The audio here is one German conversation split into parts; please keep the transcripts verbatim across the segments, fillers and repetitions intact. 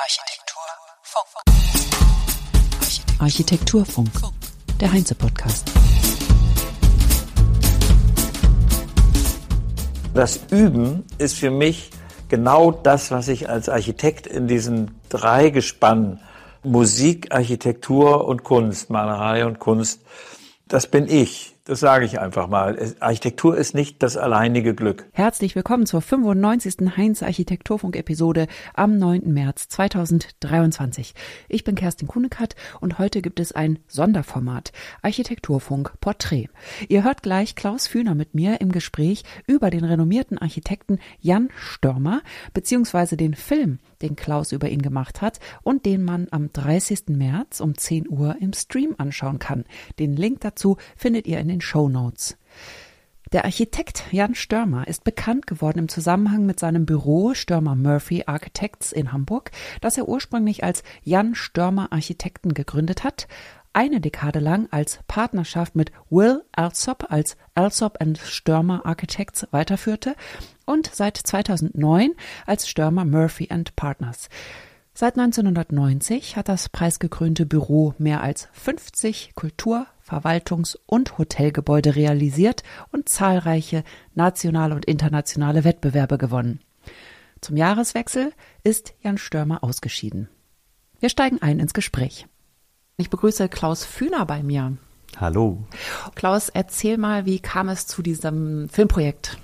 Architekturfunk. Architekturfunk, der Heinze-Podcast. Das Üben ist für mich genau das, was ich als Architekt in diesen drei Gespannen Musik, Architektur und Kunst, Malerei und Kunst, das bin ich. Das sage ich einfach mal. Architektur ist nicht das alleinige Glück. Herzlich willkommen zur fünfundneunzigsten Heinze Architekturfunk-Episode am neunten März zweitausenddreiundzwanzig. Ich bin Kerstin Kuhnekatz und heute gibt es ein Sonderformat, Architekturfunk Porträt. Ihr hört gleich Klaus Fühner mit mir im Gespräch über den renommierten Architekten Jan Störmer, beziehungsweise den Film, den Klaus über ihn gemacht hat und den man am dreißigsten März um zehn Uhr im Stream anschauen kann. Den Link dazu findet ihr in den Shownotes. Der Architekt Jan Störmer ist bekannt geworden im Zusammenhang mit seinem Büro Störmer Murphy Architects in Hamburg, das er ursprünglich als Jan Störmer Architekten gegründet hat, eine Dekade lang als Partnerschaft mit Will Alsop als Alsop and Störmer Architects weiterführte und seit zweitausendneun als Störmer Murphy and Partners. Seit neunzehnhundertneunzig hat das preisgekrönte Büro mehr als fünfzig Kultur-, Verwaltungs- und Hotelgebäude realisiert und zahlreiche nationale und internationale Wettbewerbe gewonnen. Zum Jahreswechsel ist Jan Störmer ausgeschieden. Wir steigen ein ins Gespräch. Ich begrüße Klaus Fühner bei mir. Hallo. Klaus, erzähl mal, wie kam es zu diesem Filmprojekt?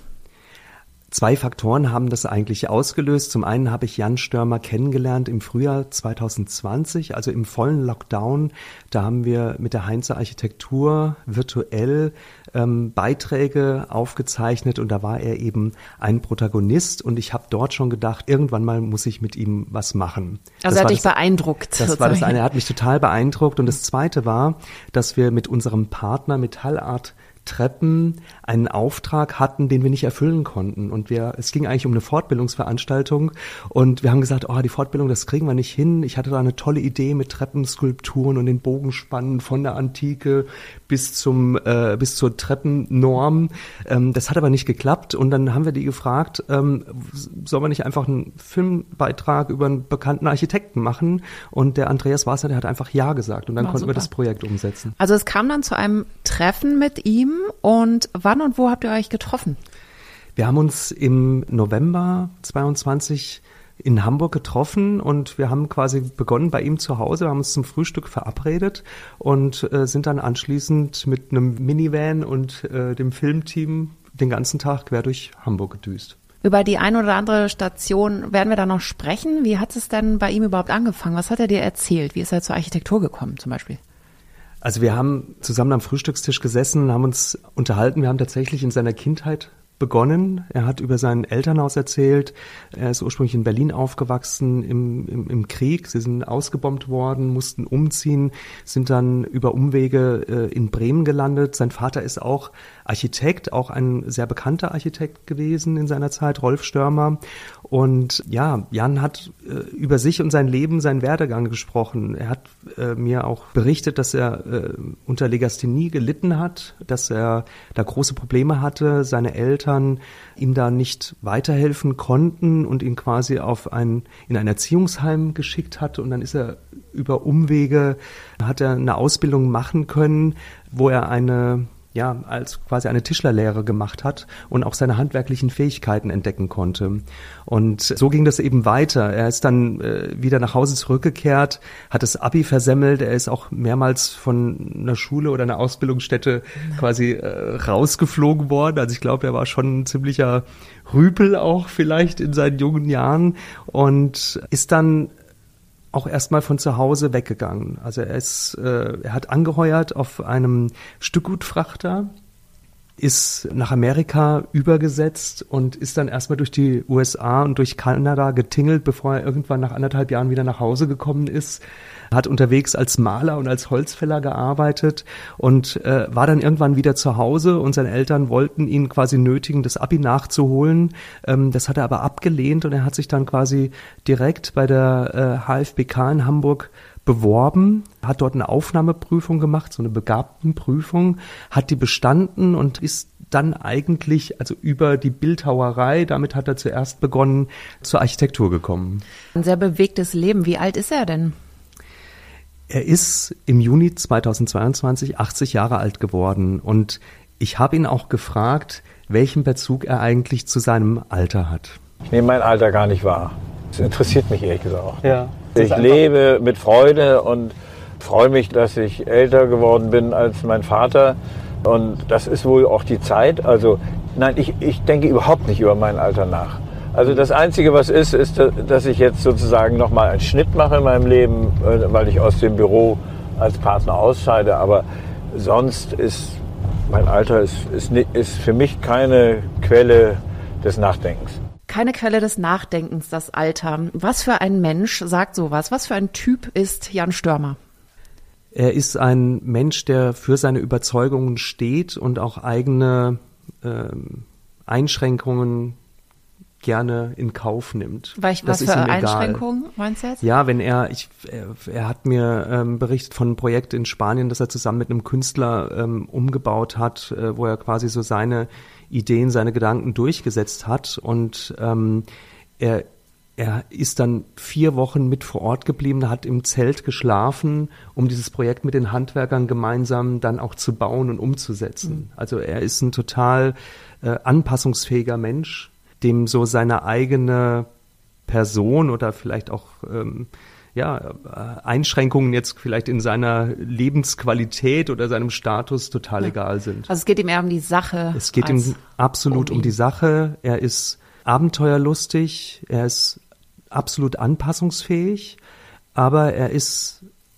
Zwei Faktoren haben das eigentlich ausgelöst. Zum einen habe ich Jan Störmer kennengelernt im Frühjahr zweitausendzwanzig, also im vollen Lockdown. Da haben wir mit der Heinze Architektur virtuell ähm, Beiträge aufgezeichnet und da war er eben ein Protagonist und ich habe dort schon gedacht, irgendwann mal muss ich mit ihm was machen. Also das er hat dich das, beeindruckt. Das sozusagen. war das eine, er hat mich total beeindruckt und das zweite war, dass wir mit unserem Partner Metallart Treppen einen Auftrag hatten, den wir nicht erfüllen konnten. Und wir, es ging eigentlich um eine Fortbildungsveranstaltung und wir haben gesagt, oh, die Fortbildung, das kriegen wir nicht hin. Ich hatte da eine tolle Idee mit Treppenskulpturen und den Bogenspannen von der Antike bis zum äh, bis zur Treppennorm. Ähm, das hat aber nicht geklappt und dann haben wir die gefragt, ähm, sollen wir nicht einfach einen Filmbeitrag über einen bekannten Architekten machen? Und der Andreas Wasser, der hat einfach Ja gesagt und dann War konnten super. wir das Projekt umsetzen. Also es kam dann zu einem Treffen mit ihm. Und wann und wo habt ihr euch getroffen? Wir haben uns im November zweiundzwanzig in Hamburg getroffen und wir haben quasi begonnen bei ihm zu Hause. Wir haben uns zum Frühstück verabredet und äh, sind dann anschließend mit einem Minivan und äh, dem Filmteam den ganzen Tag quer durch Hamburg gedüst. Über die eine oder andere Station werden wir da noch sprechen. Wie hat es denn bei ihm überhaupt angefangen? Was hat er dir erzählt? Wie ist er zur Architektur gekommen zum Beispiel? Also wir haben zusammen am Frühstückstisch gesessen, haben uns unterhalten. Wir haben tatsächlich in seiner Kindheit begonnen. Er hat über sein Elternhaus erzählt. Er ist ursprünglich in Berlin aufgewachsen im, im, im Krieg. Sie sind ausgebombt worden, mussten umziehen, sind dann über Umwege äh, in Bremen gelandet. Sein Vater ist auch Architekt, auch ein sehr bekannter Architekt gewesen in seiner Zeit, Rolf Störmer. Und ja, Jan hat äh, über sich und sein Leben, seinen Werdegang gesprochen. Er hat äh, mir auch berichtet, dass er äh, unter Legasthenie gelitten hat, dass er da große Probleme hatte, seine Eltern ihm da nicht weiterhelfen konnten und ihn quasi auf ein, in ein Erziehungsheim geschickt hatte. Und dann ist er über Umwege, hat er eine Ausbildung machen können, wo er eine ja, als quasi eine Tischlerlehre gemacht hat und auch seine handwerklichen Fähigkeiten entdecken konnte. Und so ging das eben weiter. Er ist dann äh, wieder nach Hause zurückgekehrt, hat das Abi versemmelt. Er ist auch mehrmals von einer Schule oder einer Ausbildungsstätte quasi äh, rausgeflogen worden. Also ich glaube, er war schon ein ziemlicher Rüpel auch vielleicht in seinen jungen Jahren und ist dann auch erstmal von zu Hause weggegangen. Also er ist, äh, er hat angeheuert auf einem Stückgutfrachter, ist nach Amerika übergesetzt und ist dann erstmal durch die U S A und durch Kanada getingelt, bevor er irgendwann nach anderthalb Jahren wieder nach Hause gekommen ist. Hat unterwegs als Maler und als Holzfäller gearbeitet und äh, war dann irgendwann wieder zu Hause und seine Eltern wollten ihn quasi nötigen, das Abi nachzuholen. Ähm, das hat er aber abgelehnt und er hat sich dann quasi direkt bei der äh, H F B K in Hamburg beworben, hat dort eine Aufnahmeprüfung gemacht, so eine Begabtenprüfung, hat die bestanden und ist ist dann eigentlich, also über die Bildhauerei, damit hat er zuerst begonnen, zur Architektur gekommen. Ein sehr bewegtes Leben. Wie alt ist er denn? Er ist im Juni zweitausendzweiundzwanzig achtzig Jahre alt geworden und ich habe ihn auch gefragt, welchen Bezug er eigentlich zu seinem Alter hat. Ich nehme mein Alter gar nicht wahr. Das interessiert mich ehrlich gesagt auch. Ja, ich lebe mit Freude und freue mich, dass ich älter geworden bin als mein Vater. Und das ist wohl auch die Zeit. Also nein, ich, ich denke überhaupt nicht über mein Alter nach. Also das Einzige, was ist, ist, dass ich jetzt sozusagen nochmal einen Schnitt mache in meinem Leben, weil ich aus dem Büro als Partner ausscheide. Aber sonst ist mein Alter ist, ist, ist für mich keine Quelle des Nachdenkens. Keine Quelle des Nachdenkens, das Alter. Was für ein Mensch sagt sowas? Was für ein Typ ist Jan Störmer? Er ist ein Mensch, der für seine Überzeugungen steht und auch eigene äh, Einschränkungen gerne in Kauf nimmt. Weil ich, was für Einschränkungen meinst du jetzt? Ja, wenn er, ich, er, er hat mir ähm, berichtet von einem Projekt in Spanien, das er zusammen mit einem Künstler ähm, umgebaut hat, äh, wo er quasi so seine Ideen, seine Gedanken durchgesetzt hat und ähm, er Er ist dann vier Wochen mit vor Ort geblieben, hat im Zelt geschlafen, um dieses Projekt mit den Handwerkern gemeinsam dann auch zu bauen und umzusetzen. Mhm. Also er ist ein total äh, anpassungsfähiger Mensch, dem so seine eigene Person oder vielleicht auch ähm, ja, Einschränkungen jetzt vielleicht in seiner Lebensqualität oder seinem Status total ja. egal sind. Also es geht ihm eher um die Sache. Es geht ihm absolut um, um die Sache. Er ist abenteuerlustig, er ist absolut anpassungsfähig, aber er ist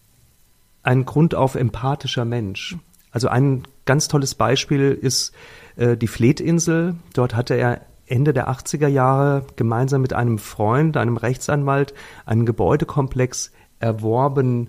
ein grundauf empathischer Mensch. Also ein ganz tolles Beispiel ist äh, die Fleetinsel. Dort hatte er Ende der achtziger Jahre gemeinsam mit einem Freund, einem Rechtsanwalt, einen Gebäudekomplex erworben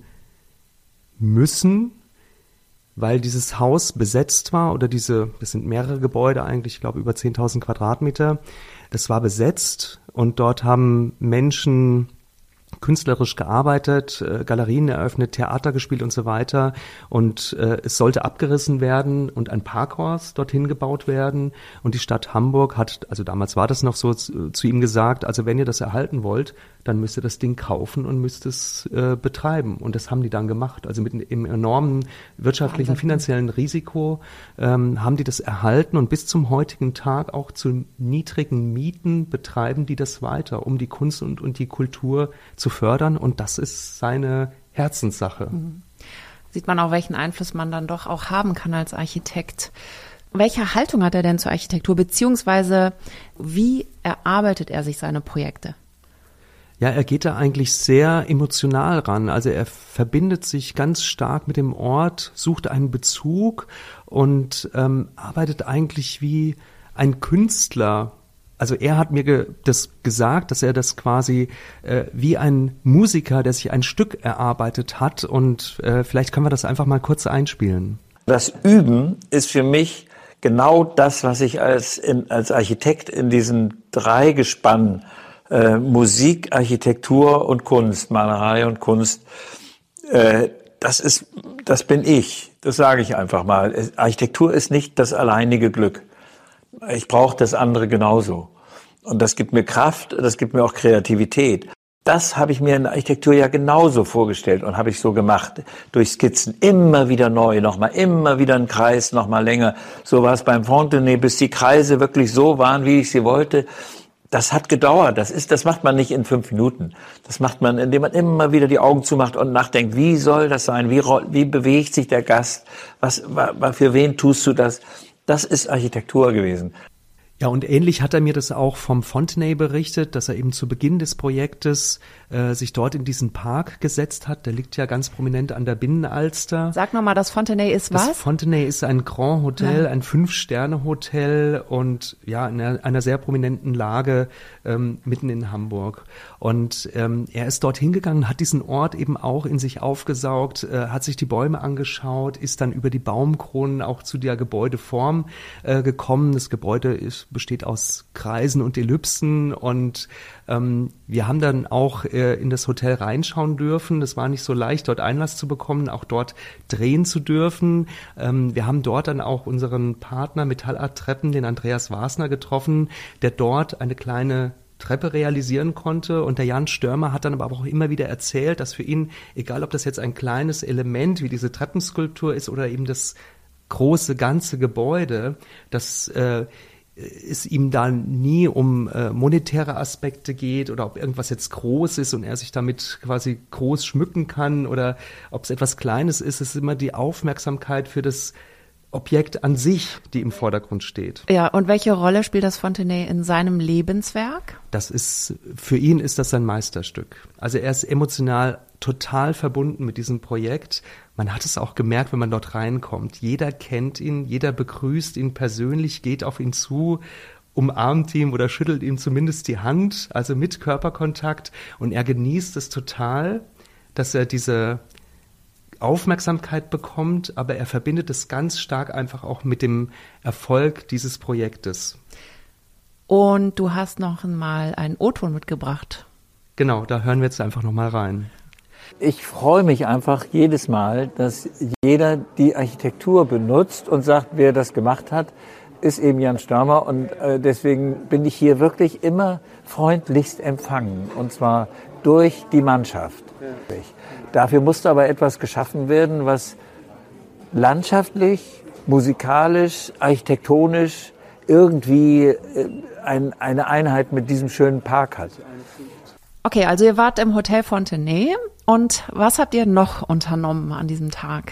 müssen, weil dieses Haus besetzt war, oder diese, das sind mehrere Gebäude eigentlich, ich glaube über zehntausend Quadratmeter. Das war besetzt und dort haben Menschen künstlerisch gearbeitet, äh, Galerien eröffnet, Theater gespielt und so weiter. Und äh, es sollte abgerissen werden und ein Parkhaus dorthin gebaut werden. Und die Stadt Hamburg hat, also damals war das noch so, zu, zu ihm gesagt, also wenn ihr das erhalten wollt, dann müsst ihr das Ding kaufen und müsst es äh, betreiben. Und das haben die dann gemacht. Also mit einem enormen wirtschaftlichen, finanziellen Risiko ähm, haben die das erhalten und bis zum heutigen Tag auch zu niedrigen Mieten betreiben die das weiter, um die Kunst und, und die Kultur zu fördern. Und das ist seine Herzenssache. Mhm. Sieht man auch, welchen Einfluss man dann doch auch haben kann als Architekt. Welche Haltung hat er denn zur Architektur, beziehungsweise wie erarbeitet er sich seine Projekte? Ja, er geht da eigentlich sehr emotional ran. Also er verbindet sich ganz stark mit dem Ort, sucht einen Bezug und ähm, arbeitet eigentlich wie ein Künstler. Also er hat mir ge- das gesagt, dass er das quasi äh, wie ein Musiker, der sich ein Stück erarbeitet hat. Und äh, vielleicht können wir das einfach mal kurz einspielen. Das Üben ist für mich genau das, was ich als, in, als Architekt in diesen drei Gespannen Äh, Musik, Architektur und Kunst, Malerei und Kunst, äh, das ist, das bin ich. Das sage ich einfach mal. Architektur ist nicht das alleinige Glück. Ich brauche das andere genauso. Und das gibt mir Kraft, das gibt mir auch Kreativität. Das habe ich mir in der Architektur ja genauso vorgestellt und habe ich so gemacht. Durch Skizzen immer wieder neu, nochmal, immer wieder ein Kreis, nochmal länger. So war es beim Fontenay, bis die Kreise wirklich so waren, wie ich sie wollte. Das hat gedauert. Das ist, das macht man nicht in fünf Minuten. Das macht man, indem man immer wieder die Augen zumacht und nachdenkt, wie soll das sein? Wie, wie bewegt sich der Gast? Was, für wen tust du das? Das ist Architektur gewesen. Ja, und ähnlich hat er mir das auch vom Fontenay berichtet, dass er eben zu Beginn des Projektes äh, sich dort in diesen Park gesetzt hat. Der liegt ja ganz prominent an der Binnenalster. Sag nochmal, das Fontenay ist was? Das Fontenay ist ein Grand Hotel, ja. ein Fünf-Sterne-Hotel und ja, in einer, einer sehr prominenten Lage ähm, mitten in Hamburg. Und ähm, er ist dort hingegangen, hat diesen Ort eben auch in sich aufgesaugt, äh, hat sich die Bäume angeschaut, ist dann über die Baumkronen auch zu der Gebäudeform äh, gekommen. Das Gebäude ist besteht aus Kreisen und Ellipsen und ähm, wir haben dann auch äh, in das Hotel reinschauen dürfen. Das war nicht so leicht, dort Einlass zu bekommen, auch dort drehen zu dürfen. Ähm, wir haben dort dann auch unseren Partner Metallart Treppen, den Andreas Wasner, getroffen, der dort eine kleine Treppe realisieren konnte, und der Jan Störmer hat dann aber auch immer wieder erzählt, dass für ihn, egal ob das jetzt ein kleines Element wie diese Treppenskulptur ist oder eben das große ganze Gebäude, dass äh, es ihm da nie um äh, monetäre Aspekte geht oder ob irgendwas jetzt groß ist und er sich damit quasi groß schmücken kann oder ob es etwas Kleines ist. Es ist immer die Aufmerksamkeit für das Objekt an sich, die im Vordergrund steht. Ja, und welche Rolle spielt das Fontenay in seinem Lebenswerk? Das ist, für ihn ist das sein Meisterstück. Also er ist emotional total verbunden mit diesem Projekt. Man hat es auch gemerkt, wenn man dort reinkommt. Jeder kennt ihn, jeder begrüßt ihn persönlich, geht auf ihn zu, umarmt ihn oder schüttelt ihm zumindest die Hand, also mit Körperkontakt. Und er genießt es total, dass er diese Aufmerksamkeit bekommt, aber er verbindet es ganz stark einfach auch mit dem Erfolg dieses Projektes. Und du hast noch mal einen O-Ton mitgebracht. Genau, da hören wir jetzt einfach noch mal rein. Ich freue mich einfach jedes Mal, dass jeder die Architektur benutzt und sagt, wer das gemacht hat, ist eben Jan Störmer, und äh, deswegen bin ich hier wirklich immer freundlichst empfangen, und zwar durch die Mannschaft. Ja. Dafür musste aber etwas geschaffen werden, was landschaftlich, musikalisch, architektonisch irgendwie äh, ein, eine Einheit mit diesem schönen Park hat. Okay, also ihr wart im Hotel Fontenay, und was habt ihr noch unternommen an diesem Tag?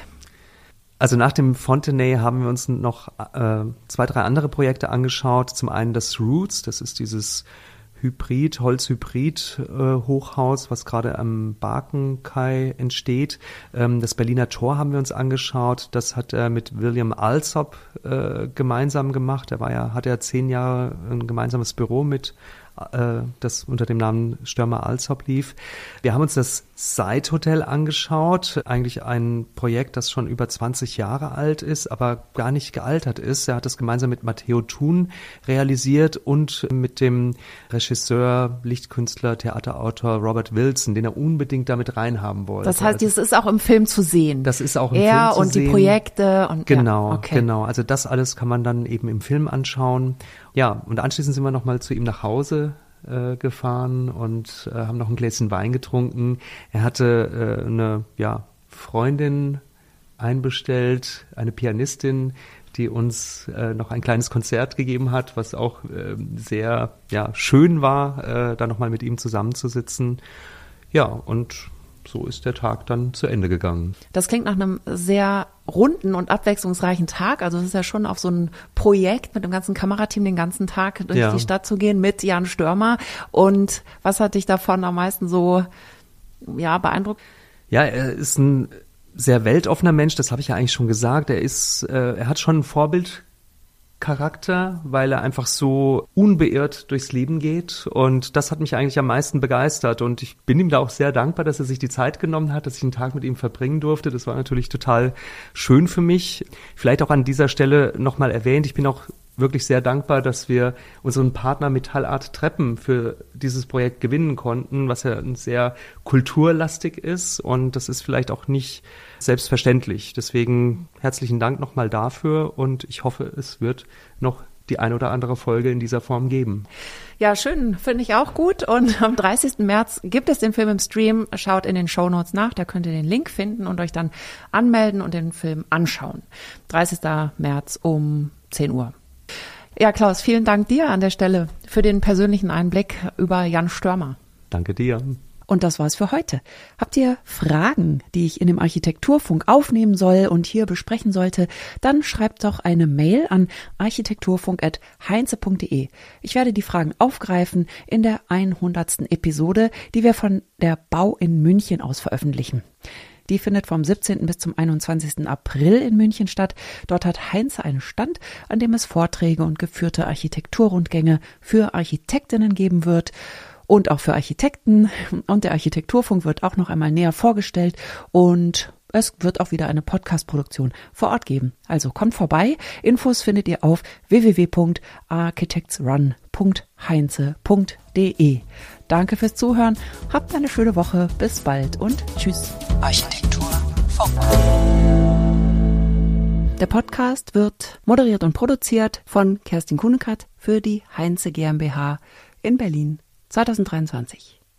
Also nach dem Fontenay haben wir uns noch äh, zwei, drei andere Projekte angeschaut. Zum einen das Roots, das ist dieses Hybrid, Holzhybrid-Hochhaus, äh, was gerade am Barkenkai entsteht. Ähm, das Berliner Tor haben wir uns angeschaut. Das hat er mit William Alsop äh, gemeinsam gemacht. Er war ja, hatte ja zehn Jahre ein gemeinsames Büro mit, äh, das unter dem Namen Störmer Alsop lief. Wir haben uns das Side Hotel angeschaut. Eigentlich ein Projekt, das schon über zwanzig Jahre alt ist, aber gar nicht gealtert ist. Er hat das gemeinsam mit Matteo Thun realisiert und mit dem Regisseur, Lichtkünstler, Theaterautor Robert Wilson, den er unbedingt damit reinhaben wollte. Das heißt, das ist auch im Film zu sehen. Das ist auch im er Film zu und sehen. Die Projekte und genau, ja, okay. genau. Also das alles kann man dann eben im Film anschauen. Ja, und anschließend sind wir nochmal zu ihm nach Hause äh, gefahren und äh, haben noch ein Gläschen Wein getrunken. Er hatte äh, eine ja, Freundin einbestellt, eine Pianistin, die uns äh, noch ein kleines Konzert gegeben hat, was auch äh, sehr ja, schön war, äh, da nochmal mit ihm zusammenzusitzen. Ja, und so ist der Tag dann zu Ende gegangen. Das klingt nach einem sehr runden und abwechslungsreichen Tag. Also es ist ja schon auf so ein Projekt mit dem ganzen Kamerateam den ganzen Tag durch ja. die Stadt zu gehen mit Jan Störmer. Und was hat dich davon am meisten so ja, beeindruckt? Ja, er ist ein sehr weltoffener Mensch, das habe ich ja eigentlich schon gesagt. Er ist, äh, er hat schon ein Vorbildcharakter, weil er einfach so unbeirrt durchs Leben geht, und das hat mich eigentlich am meisten begeistert, und ich bin ihm da auch sehr dankbar, dass er sich die Zeit genommen hat, dass ich einen Tag mit ihm verbringen durfte. Das war natürlich total schön für mich. Vielleicht auch an dieser Stelle nochmal erwähnt, ich bin auch wirklich sehr dankbar, dass wir unseren Partner Metallart Treppen für dieses Projekt gewinnen konnten, was ja sehr kulturlastig ist, und das ist vielleicht auch nicht selbstverständlich. Deswegen herzlichen Dank nochmal dafür, und ich hoffe, es wird noch die ein oder andere Folge in dieser Form geben. Ja, schön, finde ich auch gut. Und am dreißigsten März gibt es den Film im Stream. Schaut in den Shownotes nach, da könnt ihr den Link finden und euch dann anmelden und den Film anschauen. dreißigsten März um zehn Uhr. Ja, Klaus, vielen Dank dir an der Stelle für den persönlichen Einblick über Jan Störmer. Danke dir. Und das war's für heute. Habt ihr Fragen, die ich in dem Architekturfunk aufnehmen soll und hier besprechen sollte, dann schreibt doch eine Mail an architekturfunk at heinze punkt de. Ich werde die Fragen aufgreifen in der hundertsten Episode, die wir von der Bau in München aus veröffentlichen. Die findet vom siebzehnten bis zum einundzwanzigsten April in München statt. Dort hat Heinze einen Stand, an dem es Vorträge und geführte Architekturrundgänge für Architektinnen geben wird und auch für Architekten. Und der Architekturfunk wird auch noch einmal näher vorgestellt und es wird auch wieder eine Podcast-Produktion vor Ort geben. Also kommt vorbei. Infos findet ihr auf w w w punkt architectsrun punkt heinze punkt de. Danke fürs Zuhören. Habt eine schöne Woche. Bis bald und tschüss. Architektur Funk. Der Podcast wird moderiert und produziert von Kerstin Kuhnekert für die Heinze GmbH in Berlin zwanzig dreiundzwanzig.